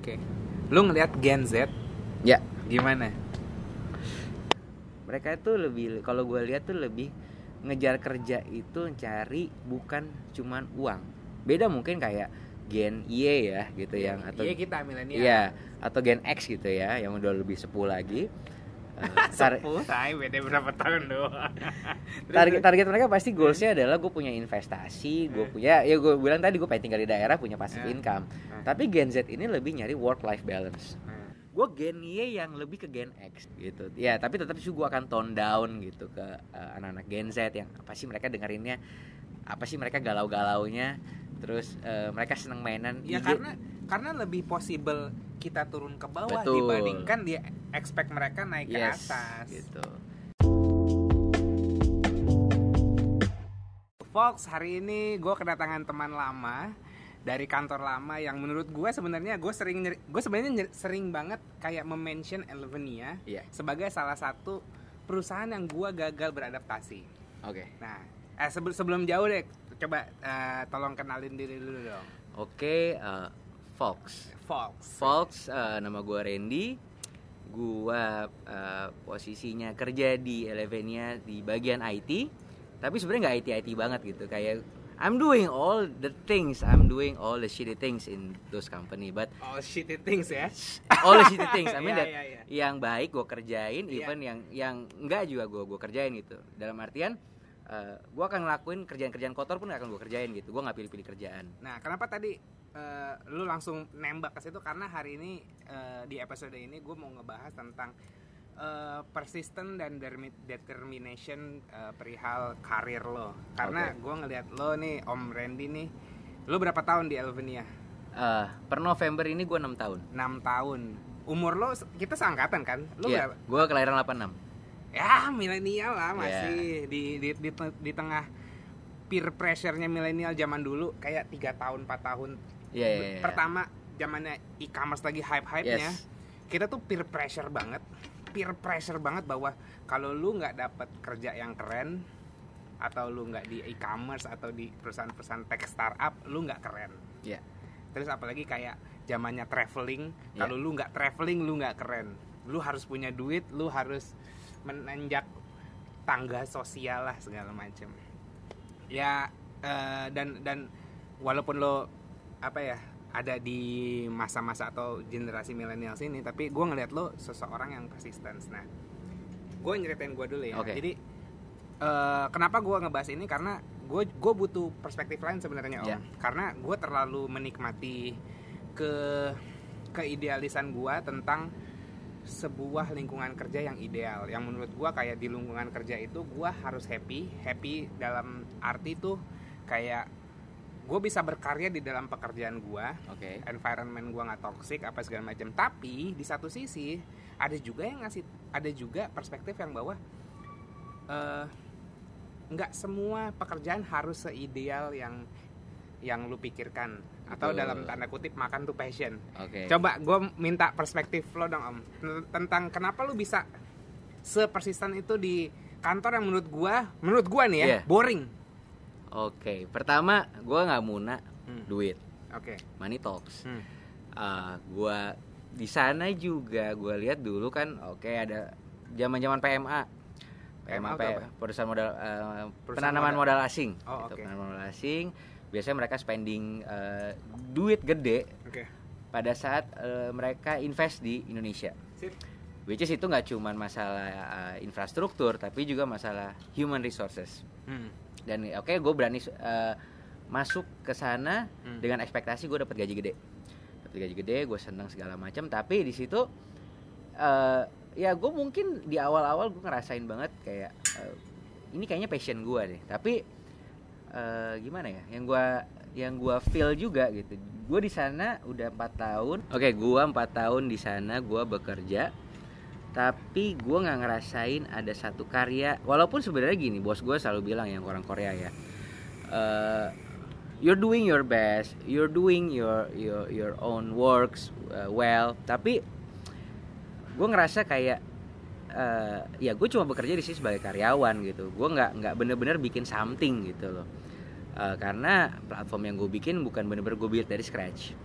Oke. Lu ngelihat Gen Z Ya, gimana? mereka itu lebih, kalau gue lihat tuh lebih ngejar kerja itu cari bukan cuman uang. Beda mungkin kayak Gen Y ya gitu yang atau Iya, kita milenial. iya, atau Gen X gitu ya yang udah lebih sepuh lagi. Sepuh, beda berapa tahun doang. Target mereka pasti goalsnya adalah gue punya investasi, gue punya, ya gue bilang tadi gue pengen tinggal di daerah, punya passive income. Tapi Gen Z ini lebih nyari work life balance. Gue Gen Y yang lebih ke Gen X gitu. Ya tapi tetap sih gue akan tone down gitu ke anak-anak Gen Z yang apa sih mereka dengerinnya, apa sih mereka galau-galaunya, terus mereka seneng mainan. Ya karena lebih possible kita turun ke bawah. Betul. Dibandingkan dia expect mereka naik ke atas gitu. Folks, hari ini gue kedatangan teman lama dari kantor lama yang menurut gue sebenarnya gue sering banget kayak mention Elevenia sebagai salah satu perusahaan yang gue gagal beradaptasi. Oke. Nah, sebelum jauh deh, coba tolong kenalin diri dulu dong. Oke, Folks, nama gue Randy. Gue posisinya kerja di Elevenia di bagian IT. Tapi sebenarnya nggak IT banget gitu. Kayak I'm doing all the shitty things in those company, but all shitty things ya. All the shitty things. I mean Yeah. yang baik gue kerjain, even yang enggak juga gue kerjain gitu. Dalam artian gue akan ngelakuin kerjaan-kerjaan kotor pun akan gue kerjain gitu. Gue nggak pilih-pilih kerjaan. Nah, kenapa tadi lu langsung nembak ke situ? Karena hari ini di episode ini gue mau ngebahas tentang persistent dan determination perihal karir lo. Karena gue ngelihat lo nih, Om Randy nih, lo berapa tahun di Elevenia? Per November ini gue 6 tahun. 6 tahun. Umur lo, kita seangkatan kan? Lo berapa? Gue kelahiran 86. Ya, milenial lah masih di tengah peer pressure-nya milenial zaman dulu kayak 3 tahun 4 tahun. Pertama zamannya e-commerce lagi hype-hype-nya. Kita tuh peer pressure banget bahwa kalau lu nggak dapet kerja yang keren atau lu nggak di e-commerce atau di perusahaan-perusahaan tech startup, lu nggak keren. Terus apalagi kayak zamannya traveling, kalau lu nggak traveling lu nggak keren. Lu harus punya duit, lu harus menanjak tangga sosial lah segala macam. Ya dan walaupun lo ada di masa-masa atau generasi milenial sini, tapi gue ngeliat lo seseorang yang persisten. Nah, gue nyeritain gue dulu ya. Jadi kenapa gue ngebahas ini, karena gue butuh perspektif lain sebenarnya Om. Karena gue terlalu menikmati keidealisan gue tentang sebuah lingkungan kerja yang ideal. Yang menurut gue kayak di lingkungan kerja itu gue harus happy dalam arti tuh kayak gue bisa berkarya di dalam pekerjaan gue, environment gue nggak toxic apa segala macam. Tapi di satu sisi ada juga perspektif yang bahwa nggak semua pekerjaan harus seideal yang lu pikirkan. Atau dalam tanda kutip makan tuh passion. Coba gue minta perspektif lo dong Om tentang kenapa lu bisa sepersisten itu di kantor yang menurut gue nih ya boring. Pertama gue nggak muna duit. Money talks. Gue di sana juga gue lihat dulu kan, ada zaman PMA, perusahaan modal penanaman modal asing. Penanaman modal asing. Biasanya mereka spending duit gede pada saat mereka invest di Indonesia. Which is itu nggak cuma masalah infrastruktur, tapi juga masalah human resources. Dan gue berani masuk ke sana dengan ekspektasi gue dapat gaji gede, gue senang segala macam. Tapi di situ gue mungkin di awal-awal gue ngerasain banget kayak ini kayaknya passion gue deh. Tapi gimana ya? Yang gue feel juga gitu. Gue di sana udah 4 tahun. Gue 4 tahun di sana gue bekerja. Tapi gue nggak ngerasain ada satu karya. Walaupun sebenarnya gini, bos gue selalu bilang yang orang Korea ya, you're doing your best, you're doing your own works well. Tapi gue ngerasa kayak gue cuma bekerja di sini sebagai karyawan gitu. Gue nggak bener-bener bikin something gitu loh. Karena platform yang gue bikin bukan bener-bener gue build dari scratch.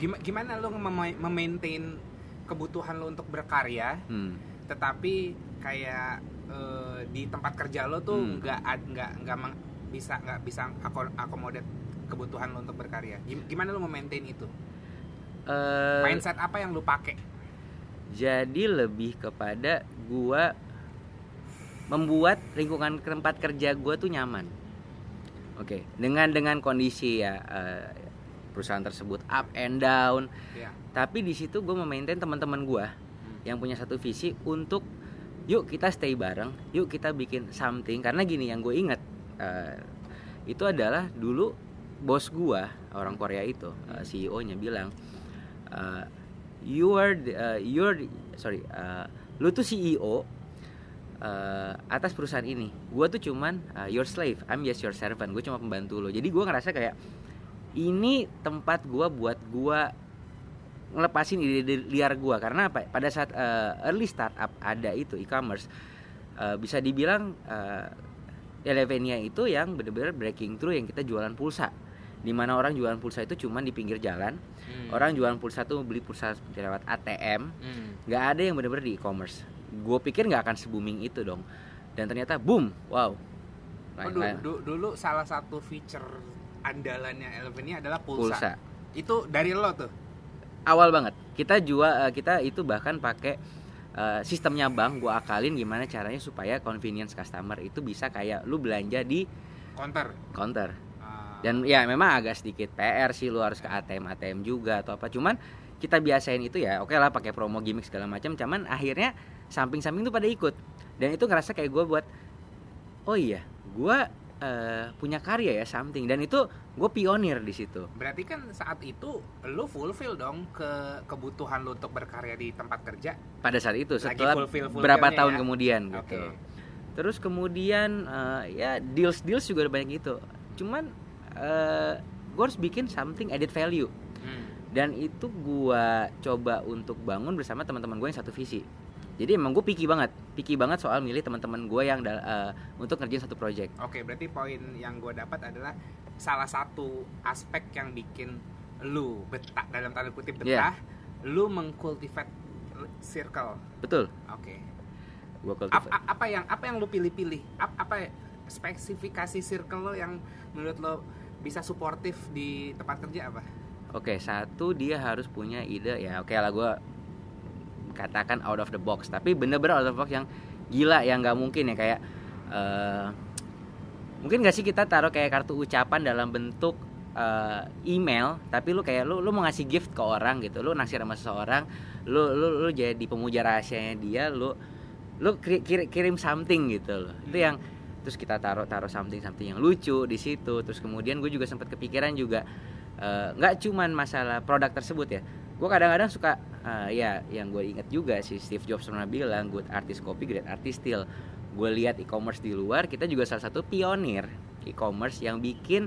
gimana lo memaintain kebutuhan lo untuk berkarya, tetapi kayak di tempat kerja lo tuh nggak bisa akomodat kebutuhan lo untuk berkarya. Gimana lo memaintain itu? Mindset apa yang lo pakai? Jadi lebih kepada gua membuat lingkungan tempat kerja gua tuh nyaman. Oke, dengan kondisi ya perusahaan tersebut up and down. Tapi di situ gue memaintain teman-teman gue yang punya satu visi untuk yuk kita stay bareng, yuk kita bikin something. Karena gini, yang gue ingat itu adalah dulu bos gue orang Korea itu, CEO-nya bilang lu tuh CEO atas perusahaan ini. Gue tuh cuman your slave, I'm just your servant. Gue cuma pembantu lo. Jadi gue ngerasa kayak ini tempat gue buat gue ngelepasin ide liar gue. Karena apa? Pada saat early startup ada itu e-commerce, bisa dibilang Elevenia itu yang benar-benar breaking through, yang kita jualan pulsa. Dimana orang jualan pulsa itu cuma di pinggir jalan. Orang jualan pulsa tuh beli pulsa lewat ATM. Gak ada yang benar-benar di e-commerce. Gue pikir gak akan se-booming itu dong. Dan ternyata boom, wow. Dulu salah satu feature andalannya Elevenia adalah pulsa. Itu dari lo tuh? Awal banget. Kita itu bahkan pakai sistemnya bank. Gue akalin gimana caranya supaya convenience customer itu bisa kayak lu belanja di counter. Dan ya memang agak sedikit PR sih, lu harus ke ATM juga atau apa. Cuman kita biasain itu ya, oke lah pakai promo gimmick segala macam. Cuman akhirnya samping-samping tuh pada ikut. Dan itu ngerasa kayak gue buat, oh iya, gue punya karya ya something. Dan itu gue pionir di situ. Berarti kan saat itu lu fulfill dong kebutuhan lu untuk berkarya di tempat kerja. Pada saat itu setelah berapa tahun kemudian gitu. Terus kemudian ya deals juga banyak gitu. Cuman gue harus bikin something added value. Dan itu gue coba untuk bangun bersama teman-teman gue yang satu visi. Jadi emang gue picky banget soal milih teman-teman gue yang untuk ngerjain satu project. Oke, berarti poin yang gue dapat adalah salah satu aspek yang bikin lu betah, dalam tanda kutip betah, lu mengkultivate circle. Betul. Oke. Gua cultivate. Apa yang lu pilih-pilih? Apa spesifikasi circle lo yang menurut lo bisa suportif di tempat kerja apa? Oke, satu dia harus punya ide ya. Oke lah, gue katakan out of the box, tapi bener-bener out of the box yang gila, yang nggak mungkin ya, kayak mungkin nggak sih kita taruh kayak kartu ucapan dalam bentuk email, tapi lu mau ngasih gift ke orang gitu, lu naksir sama seseorang, lu jadi pemuja rahasianya dia, lu kirim something gitu loh. Itu yang terus kita taruh something yang lucu di situ. Terus kemudian gue juga sempat kepikiran juga nggak cuman masalah produk tersebut ya. Gue kadang-kadang suka ya yang gue inget juga sih, Steve Jobs pernah bilang good artist copy, great artist steal. Gue lihat e-commerce di luar, kita juga salah satu pionir e-commerce yang bikin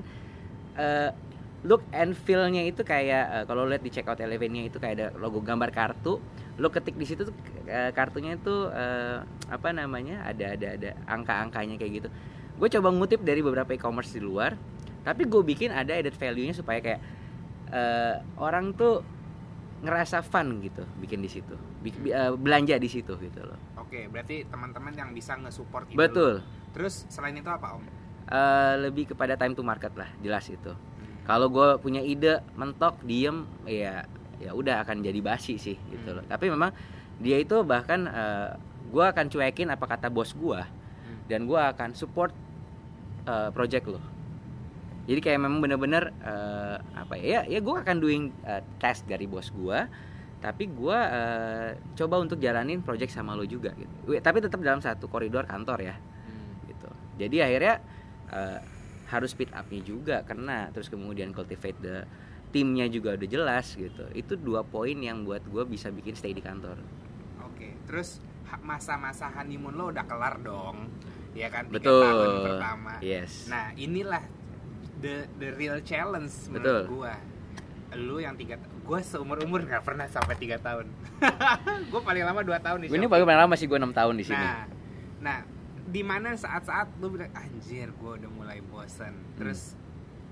look and feel-nya itu kayak kalau lihat di checkout Elevenia itu kayak ada logo gambar kartu. Lo ketik di situ tuh kartunya itu apa namanya, ada angka-angkanya kayak gitu. Gue coba ngutip dari beberapa e-commerce di luar, tapi gue bikin ada added value-nya supaya kayak orang tuh ngerasa fun gitu bikin di situ, belanja di situ gitu loh. Oke, berarti teman-teman yang bisa nge-support itu. Betul. Terus selain itu apa, Om? Lebih kepada time to market lah, jelas itu. Kalau gue punya ide mentok diem ya udah akan jadi basi sih gitu loh. Tapi memang dia itu bahkan gue akan cuekin apa kata bos gue, dan gue akan support project lo. Jadi kayak memang bener-bener apa ya gue akan doing task dari bos gue, tapi gue coba untuk jalanin project sama lo juga gitu. Tapi tetap dalam satu koridor kantor ya gitu. Jadi akhirnya harus speed up-nya juga kena, terus kemudian cultivate the timnya juga udah jelas gitu. Itu 2 poin yang buat gue bisa bikin stay di kantor. Oke, terus masa-masa honeymoon lo udah kelar dong, ya kan? 3 tahun pertama. Yes. Nah inilah the real challenge menurut gue. Lu yang 3 gue seumur-umur gak pernah sampai 3 tahun. Gue paling lama 2 tahun di Shopee. Ini paling lama sih gue 6 tahun di sini. Nah di mana saat-saat lu bilang anjir gue udah mulai bosan, terus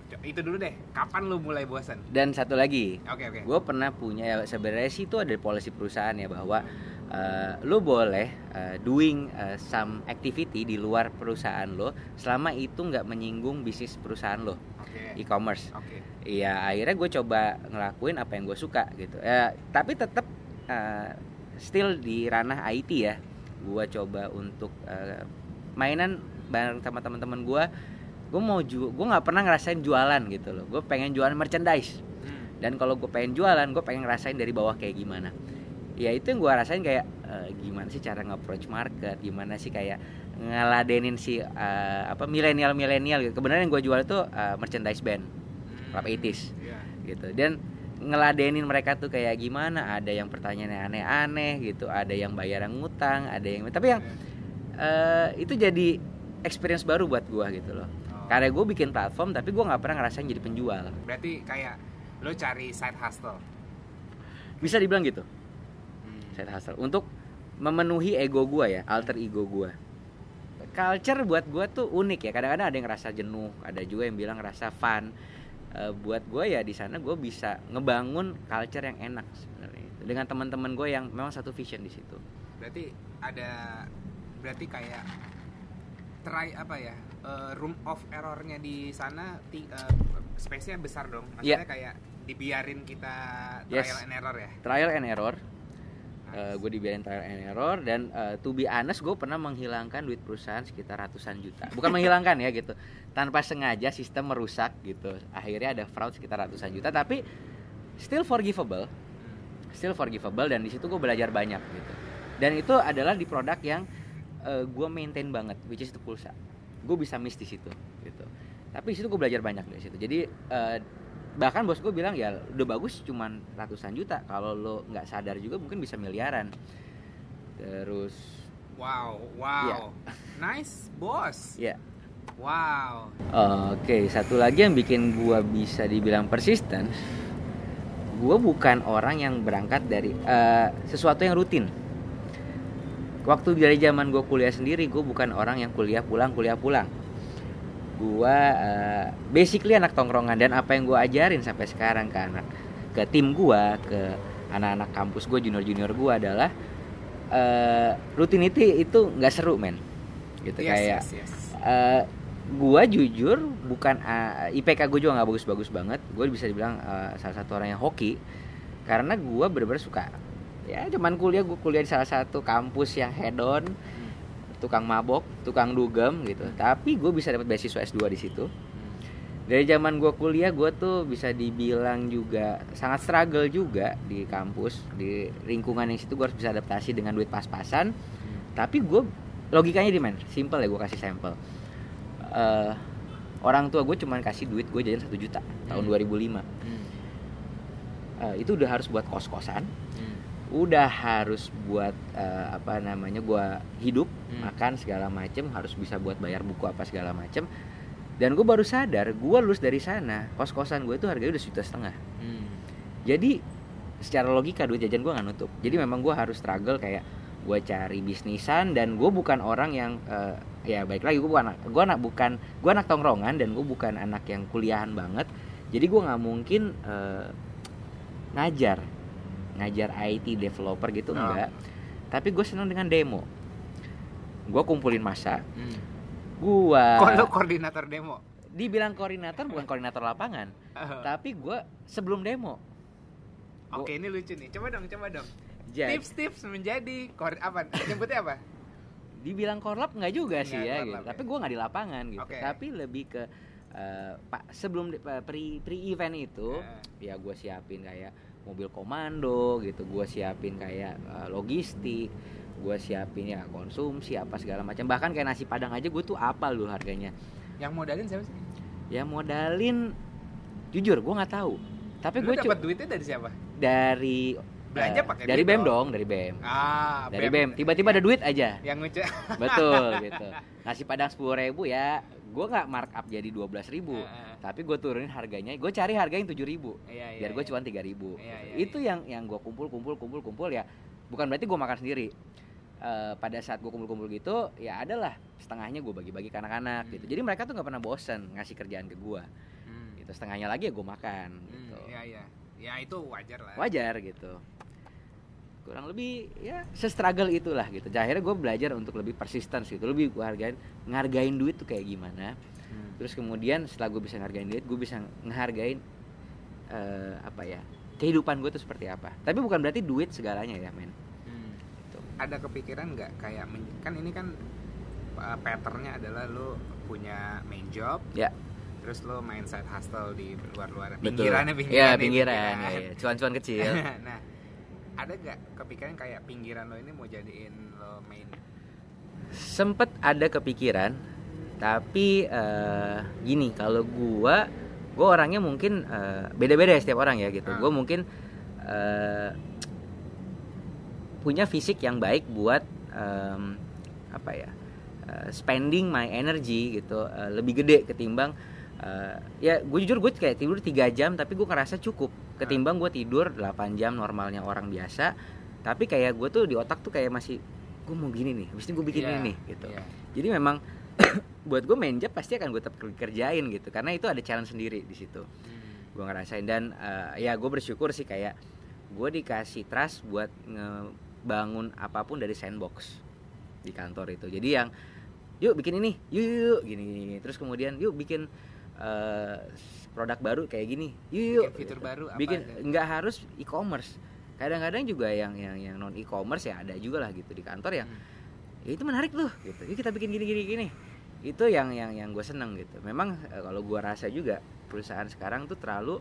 Itu dulu deh, kapan lu mulai bosan? Dan satu lagi, Oke. Gue pernah punya, ya sebenarnya sih itu ada policy perusahaan ya, bahwa lu boleh doing some activity di luar perusahaan lo selama itu nggak menyinggung bisnis perusahaan lo, e-commerce. Iya, akhirnya gue coba ngelakuin apa yang gue suka gitu. Tapi tetap still di ranah IT ya. Gue coba untuk mainan bareng sama teman-teman gue gue nggak pernah ngerasain jualan gitu loh. Gue pengen jualan merchandise. Dan kalau gue pengen jualan, gue pengen ngerasain dari bawah kayak gimana. Ya itu yang gue rasain, kayak gimana sih cara nge-approach market, gimana sih kayak ngeladenin si milenial gitu. Kebenaran yang gue jual itu merchandise band Club 80s gitu. Dan ngeladenin mereka tuh kayak gimana, ada yang pertanyaannya aneh-aneh gitu, ada yang bayar ngutang, ada yang, tapi yang itu jadi experience baru buat gue gitu loh. Karena gue bikin platform tapi gue nggak pernah ngerasain jadi penjual. Berarti kayak lo cari side hustle, bisa dibilang gitu. Side hustle untuk memenuhi ego gue ya, alter ego gue. Culture buat gue tuh unik ya. Kadang-kadang ada yang ngerasa jenuh, ada juga yang bilang ngerasa fun. Buat gue ya di sana gue bisa ngebangun culture yang enak sebenarnya dengan teman-teman gue yang memang satu vision di situ. Berarti kayak room of error-nya di sana space-nya besar dong. Maksudnya kayak dibiarin kita trial and error ya. Trial and error. Gue dibiarin trial and error, dan to be honest gue pernah menghilangkan duit perusahaan sekitar ratusan juta. Bukan menghilangkan ya gitu, tanpa sengaja sistem merusak gitu. Akhirnya ada fraud sekitar ratusan juta, tapi still forgivable, dan di situ gue belajar banyak gitu. Dan itu adalah di produk yang gue maintain banget, which is the pulsa. Gue bisa miss di situ gitu. Tapi di situ gue belajar banyak dari situ. Jadi bahkan bos gue bilang ya udah bagus cuman ratusan juta, kalau lo nggak sadar juga mungkin bisa miliaran. Terus wow nice bos ya. Wow. Oke, satu lagi yang bikin gue bisa dibilang persisten, gue bukan orang yang berangkat dari sesuatu yang rutin. Waktu dari zaman gue kuliah sendiri, gue bukan orang yang kuliah pulang. Gue basically anak tongkrongan, dan apa yang gue ajarin sampai sekarang ke tim gue, ke anak-anak kampus gue, junior gue adalah rutinity itu nggak seru men, gitu. Yes. Gue jujur bukan IPK gue juga nggak bagus banget. Gue bisa dibilang salah satu orang yang hoki, karena gue benar-benar suka. Ya cuman gue kuliah di salah satu kampus yang hedon, tukang mabok, tukang dugem gitu. Tapi gue bisa dapat beasiswa S2 di situ. Dari zaman gue kuliah, gue tuh bisa dibilang juga sangat struggle juga di kampus, di lingkungan yang situ. Gue harus bisa adaptasi dengan duit pas-pasan. Tapi gue logikanya simple ya, gue kasih sampel. Orang tua gue cuman kasih duit gue jajan 1 juta tahun 2005. Itu udah harus buat kos-kosan. Udah harus buat gue hidup, makan segala macem, harus bisa buat bayar buku apa segala macem. Dan gue baru sadar, gue lulus dari sana, kos-kosan gue itu harganya udah 1,5 juta. Jadi secara logika duit jajan gue nggak nutup. Jadi memang gue harus struggle, kayak gue cari bisnisan. Dan gue bukan orang yang ya baik lagi, gue anak tongkrongan, dan gue bukan anak yang kuliahan banget. Jadi gue nggak mungkin ngajar IT developer gitu, enggak. Tapi gue senang dengan demo. Gue kumpulin massa. Kalau koordinator demo. Dibilang koordinator, bukan koordinator lapangan. Tapi gue sebelum demo. Oke, ini lucu nih. Coba dong. Tips menjadi nyebutnya apa? Dibilang korlap enggak juga sih ya gitu. Tapi gue enggak di lapangan gitu. Tapi lebih ke sebelum pre-event itu ya gue siapin kayak mobil komando gitu, gue siapin kayak logistik, gue siapin ya konsumsi apa segala macam. Bahkan kayak nasi padang aja gue tuh apal dulu harganya. Yang modalin siapa sih? Yang modalin jujur gue nggak tahu. Tapi gue dapat duitnya dari siapa? Dari belanja pakai dari BEM dong, dari BEM. Dari BEM. Tiba-tiba ada duit aja. Yang lucu. Betul gitu. Nasi padang 10.000 ya, gue nggak markup jadi 12.000. Tapi gue turunin harganya, gue cari harga yang 7.000. Biar gue cuma 3.000. Itu yang gue kumpul ya. Bukan berarti gue makan sendiri. Pada saat gue kumpul gitu, ya adalah setengahnya gue bagi-bagi ke anak-anak gitu. Jadi mereka tuh nggak pernah bosan ngasih kerjaan ke gue. gitu, setengahnya lagi ya gue makan gitu. Ya itu wajar lah, wajar gitu, kurang lebih ya se-struggle itulah gitu. Akhirnya gue belajar untuk lebih persisten gitu, lebih gue ngargain duit tuh kayak gimana. Terus kemudian setelah gue bisa ngargain duit, gue bisa ngehargain kehidupan gue tuh seperti apa. Tapi bukan berarti duit segalanya ya men. Gitu. Ada kepikiran nggak kayak kan ini kan patternnya adalah lo punya main job, terus lo main side hustle di luar-luar, pinggiran. Ya cuan-cuan kecil. Nah, ada nggak kepikiran kayak pinggiran lo ini mau jadiin lo main? Sempet ada kepikiran, tapi gini, kalau gue orangnya mungkin beda-beda ya setiap orang ya gitu. Gue mungkin punya fisik yang baik buat spending my energy gitu lebih gede ketimbang ya gue jujur gue kayak tidur 3 jam tapi gue ngerasa cukup ketimbang gue tidur 8 jam normalnya orang biasa, tapi kayak gue tuh di otak tuh kayak masih gue mau gini nih, habis ini gue bikin ini nih gitu. Jadi memang buat gue main job pasti akan gue tetap kerjain gitu, karena itu ada challenge sendiri di situ. Gue ngerasain dan ya gue bersyukur sih kayak gue dikasih trust buat ngebangun apapun dari sandbox di kantor itu. Jadi yang yuk bikin ini, yuk gini. Terus kemudian yuk bikin produk baru kayak gini, yuk bikin fitur baru apa bikin aja. Nggak harus e-commerce. Kadang-kadang juga yang non e-commerce ya ada juga lah gitu di kantor yang ya itu menarik tuh gitu. Yuk kita bikin gini. Itu yang gue seneng gitu. Memang kalau gue rasa juga perusahaan sekarang tuh terlalu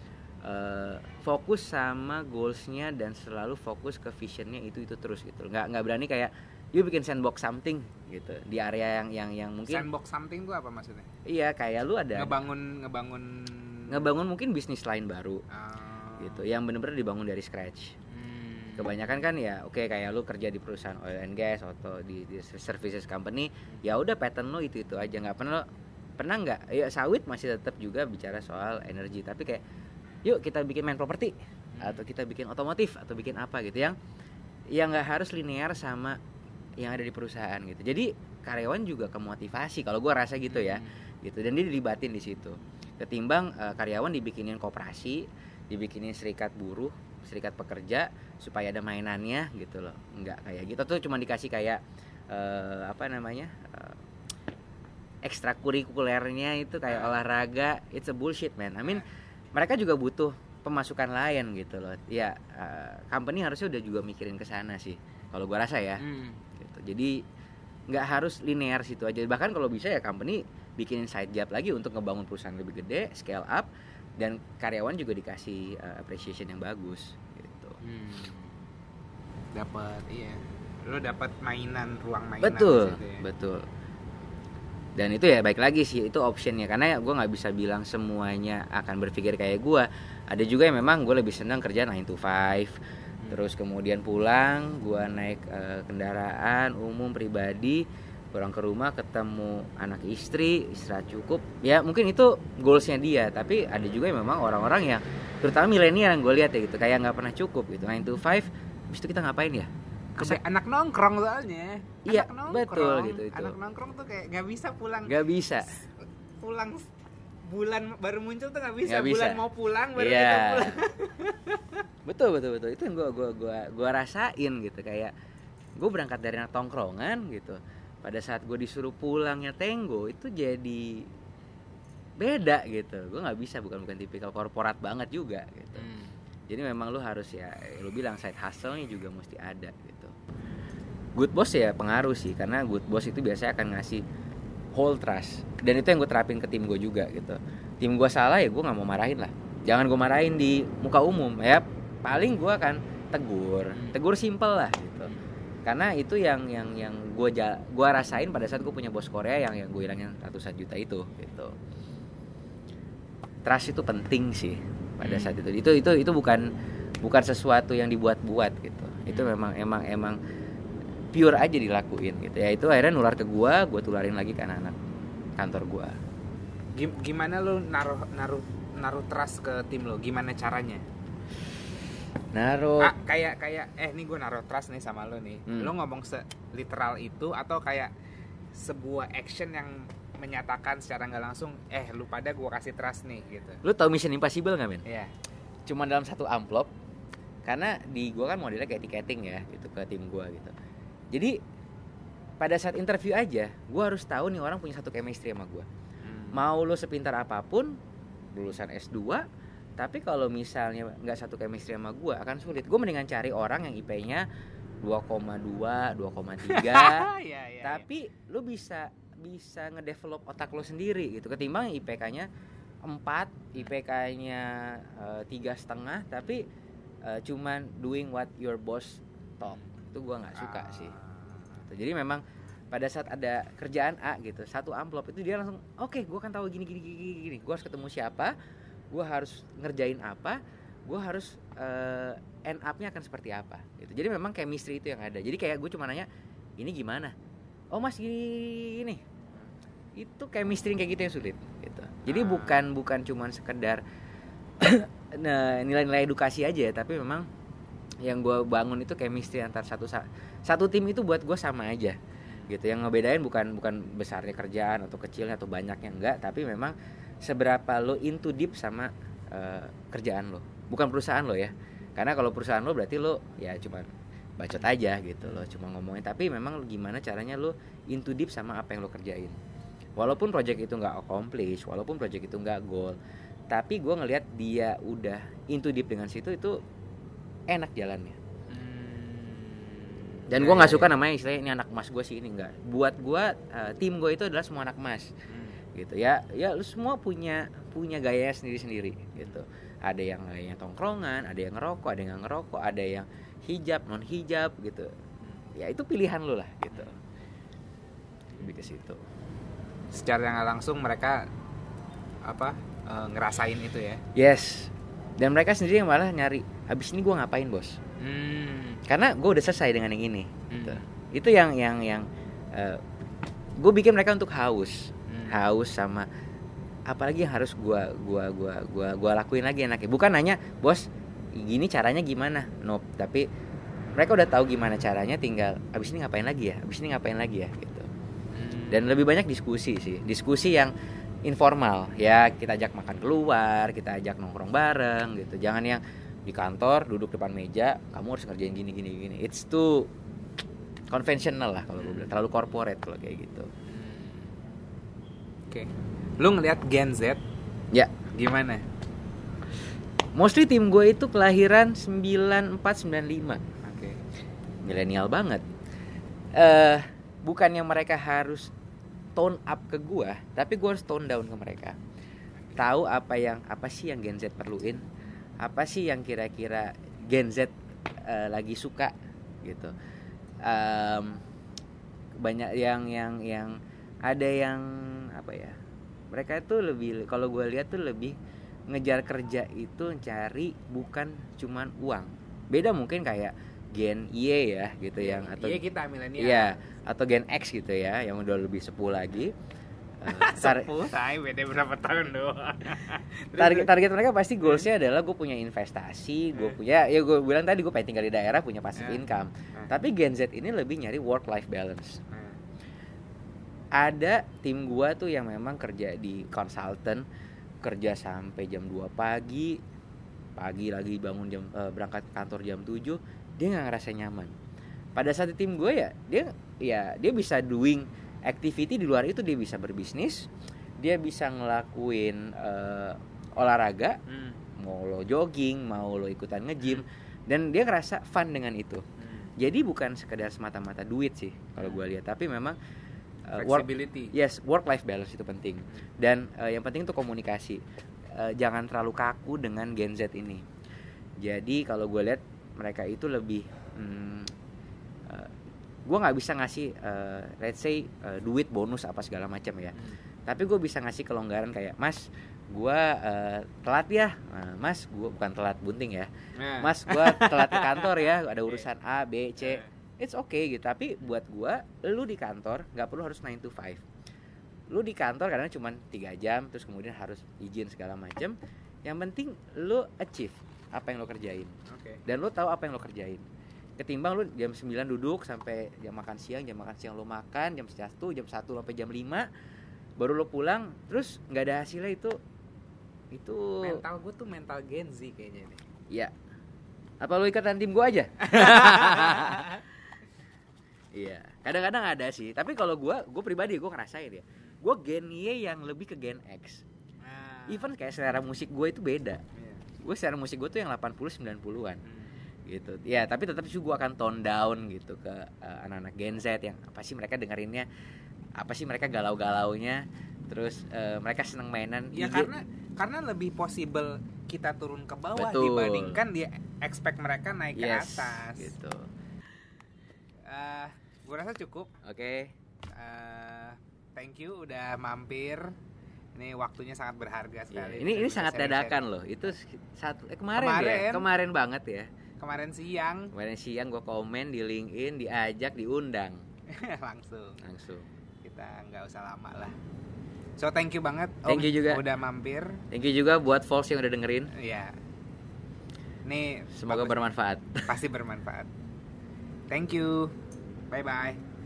fokus sama goalsnya dan selalu fokus ke visionnya itu terus gitu. Nggak berani kayak yuk bikin sandbox something gitu di area yang mungkin. Sandbox something itu apa maksudnya? Iya, kayak lu ada ngebangun mungkin bisnis lain baru gitu yang benar-benar dibangun dari scratch. Kebanyakan kan ya kayak lu kerja di perusahaan oil and gas atau di services company, ya udah pattern lu itu aja. Nggak pernah nggak ya sawit masih tetap juga bicara soal energi, tapi kayak yuk kita bikin main properti atau kita bikin otomotif atau bikin apa gitu yang nggak harus linear sama yang ada di perusahaan gitu. Jadi karyawan juga kemotivasi kalau gue rasa gitu ya gitu, dan dia dilibatin di situ ketimbang karyawan dibikinin koperasi, dibikinin serikat buruh, serikat pekerja supaya ada mainannya gitu loh. Enggak kayak gitu tuh, cuma dikasih kayak ekstrakurikulernya itu kayak olahraga. It's a bullshit man. I mean mereka juga butuh pemasukan lain gitu loh ya. Company harusnya udah juga mikirin ke sana sih kalau gue rasa ya gitu. Jadi nggak harus linear situ aja, bahkan kalau bisa ya company bikinin side job lagi untuk ngebangun perusahaan lebih gede, scale up, dan karyawan juga dikasih appreciation yang bagus gitu. Lo dapat ruang mainan. Betul. Dan itu ya baik lagi sih, itu optionnya, karena gue nggak bisa bilang semuanya akan berpikir kayak gue. Ada juga yang memang gue lebih senang kerja 9 to 5, terus kemudian pulang gue naik kendaraan umum pribadi, pulang ke rumah ketemu anak istri, istirahat cukup. Ya mungkin itu goalsnya dia, tapi ada juga yang memang orang-orang yang terutama milenial yang gue lihat ya gitu, kayak nggak pernah cukup gitu 9 to 5. Habis itu kita ngapain ya? Anak nongkrong soalnya. Iya, betul gitu itu. Anak nongkrong tuh kayak nggak bisa pulang. Nggak bisa. Pulang bulan baru muncul tuh nggak bisa. Bulan mau pulang baru kita pulang. Betul. Itu yang gue rasain gitu, kayak gue berangkat dari anak tongkrongan gitu. Pada saat gue disuruh pulangnya tenggo itu jadi beda gitu. Gue nggak bisa, bukan tipikal korporat banget juga gitu. Jadi memang lu harus ya, lu bilang side hustle-nya juga mesti ada gitu. Good boss ya pengaruh sih, karena good boss itu biasanya akan ngasih whole trust. Dan itu yang gue terapin ke tim gue juga gitu. Tim gue salah ya gue gak mau marahin lah. Jangan gue marahin di muka umum ya. Paling gue akan tegur simple lah gitu. Karena itu yang gue rasain pada saat gue punya bos Korea yang gue hilangin ratusan juta itu gitu. Trust itu penting sih pada saat itu bukan sesuatu yang dibuat-buat gitu. Itu emang pure aja dilakuin gitu ya. Itu akhirnya nular ke gue tularin lagi ke anak-anak kantor gue. Gimana lo naruh trust ke tim lo? Gimana caranya? Kayak nih gue naruh trust nih sama lo nih. Lo ngomong literal itu atau kayak sebuah action yang menyatakan secara nggak langsung, lu pada gue kasih trust nih gitu. Lu tau Mission Impossible nggak, men? Iya. Cuma dalam satu amplop, karena di gue kan modelnya kayak tiketing ya gitu ke tim gue gitu. Jadi pada saat interview aja, gue harus tahu nih orang punya satu chemistry sama gue. Mau lu sepintar apapun, lulusan S2, tapi kalau misalnya nggak satu chemistry sama gue akan sulit. Gue mendingan cari orang yang IP-nya 2,2, 2,3 tapi lu bisa ngedevelop otak lu sendiri gitu, ketimbang yang IPK-nya 4, IPK-nya 3,5 tapi cuman doing what your boss told. Itu gue nggak suka sih gitu. Jadi memang pada saat ada kerjaan A gitu, satu amplop itu dia langsung oke, gue kan tahu gini, gue harus ketemu siapa, gue harus ngerjain apa, gue harus end up-nya akan seperti apa gitu. Jadi memang chemistry itu yang ada. Jadi kayak gue cuma nanya, ini gimana? Oh mas gini. Itu chemistry kayak gitu yang sulit gitu. Jadi bukan cuma sekedar nilai-nilai edukasi aja, tapi memang yang gue bangun itu chemistry antar satu tim itu buat gue sama aja gitu. Yang ngebedain bukan besarnya kerjaan atau kecilnya atau banyaknya, enggak, tapi memang seberapa lo into deep sama kerjaan lo, bukan perusahaan lo ya. Karena kalau perusahaan lo berarti lo ya cuma bacot aja gitu, lo cuma ngomongin, tapi memang gimana caranya lo into deep sama apa yang lo kerjain. Walaupun project itu nggak accomplish, walaupun project itu nggak goal, tapi gue ngelihat dia udah into deep dengan situ, itu enak jalannya. Dan gue nggak suka namanya istilahnya ini anak emas gue sih, ini enggak. Buat gue tim gue itu adalah semua anak emas gitu ya. Ya lu semua punya gaya sendiri gitu. Ada yang gayanya tongkrongan, ada yang ngerokok, ada yang nggak ngerokok, ada yang hijab, non hijab gitu. Ya itu pilihan lu lah gitu. Lebih ke situ. Secara nggak langsung mereka ngerasain itu ya. Yes. Dan mereka sendiri yang malah nyari, habis ini gue ngapain bos? Karena gue udah selesai dengan yang ini. Gitu. Itu yang gue bikin mereka untuk haus sama apalagi yang harus gue lakuin lagi enaknya. Bukan nanya bos gini caranya gimana, nope. Tapi mereka udah tahu gimana caranya, tinggal habis ini ngapain lagi ya gitu. Dan lebih banyak diskusi yang informal ya, kita ajak makan keluar, kita ajak nongkrong bareng gitu. Jangan yang di kantor duduk depan meja kamu harus ngerjain gini. It's too conventional lah kalau gue bilang, terlalu corporate kalau kayak gitu. Oke. Lu ngelihat Gen Z ya gimana? Mostly tim gue itu kelahiran 94-95. Oke. Milenial banget. Bukannya mereka harus tone up ke gue, tapi gue harus tone down ke mereka. Tahu apa sih yang Gen Z perluin, apa sih yang kira-kira Gen Z lagi suka gitu. Banyak yang ada yang apa ya, mereka itu lebih, kalau gue lihat tuh lebih ngejar kerja itu cari bukan cuman uang. Beda mungkin kayak Gen Y ya gitu, yang atau kita milenial. Iya, atau Gen X gitu ya, yang udah lebih sepuh lagi. Beda berapa tahun doang. Target mereka pasti goalsnya adalah gue punya investasi, gue punya, ya gue bilang tadi gue pengen tinggal di daerah, punya passive income. Tapi Gen Z ini lebih nyari work life balance. Ada tim gue tuh yang memang kerja di consultant, kerja sampai jam 2 pagi lagi bangun berangkat kantor jam 7, dia nggak ngerasa nyaman. Pada saat di tim gue dia bisa doing activity di luar itu, dia bisa berbisnis, dia bisa ngelakuin olahraga, mau lo jogging, mau lo ikutan nge-gym, dan dia ngerasa fun dengan itu. Jadi bukan sekedar semata-mata duit sih kalau gue lihat, tapi memang flexibility. Work life balance itu penting. Dan yang penting itu komunikasi. Jangan terlalu kaku dengan Gen Z ini. Jadi kalau gue lihat mereka itu lebih gue nggak bisa ngasih let's say duit bonus apa segala macam ya, tapi gue bisa ngasih kelonggaran kayak, mas gue telat ya, mas gue bukan telat bunting ya, mas gue telat ke kantor ya, ada urusan A B C, it's okay gitu. Tapi buat gue, lu di kantor nggak perlu harus 9 to 5. Lu di kantor karena cuma 3 jam terus kemudian harus izin segala macam. Yang penting lu achieve apa yang lo kerjain, dan lu tahu apa yang lo kerjain. Ketimbang lu jam 9 duduk sampai jam makan siang lo makan, jam 1 sampai jam 5 baru lo pulang terus nggak ada hasilnya itu mental gue tuh mental Gen Z kayaknya nih. Iya. Apa lo ikatan tim gue aja? Iya. Kadang-kadang ada sih. Tapi kalau gue pribadi gue ngerasain ya. Gue Gen Y yang lebih ke Gen X. Even kayak selera musik gue itu beda. Gue selera musik gue tuh yang 80-90-an. Gitu. Ya, tapi tetap juga gue akan tone down gitu ke anak-anak Gen Z yang apa sih mereka dengerinnya, apa sih mereka galau-galaunya, terus mereka seneng mainan. Ya karena lebih possible kita turun ke bawah. Betul. Dibandingkan dia expect mereka naik ke atas. Gitu. Gue rasa cukup. Oke. Thank you udah mampir. Ini waktunya sangat berharga sekali. Ini sangat dadakan loh. Itu kemarin banget ya. Kemarin siang gue komen di LinkedIn, diajak, diundang. langsung. Kita nggak usah lama lah. So thank you banget. Thank you juga. Udah mampir. Thank you juga buat folks yang udah dengerin. Iya. Nih semoga bermanfaat. Pasti bermanfaat. Thank you. Bye bye.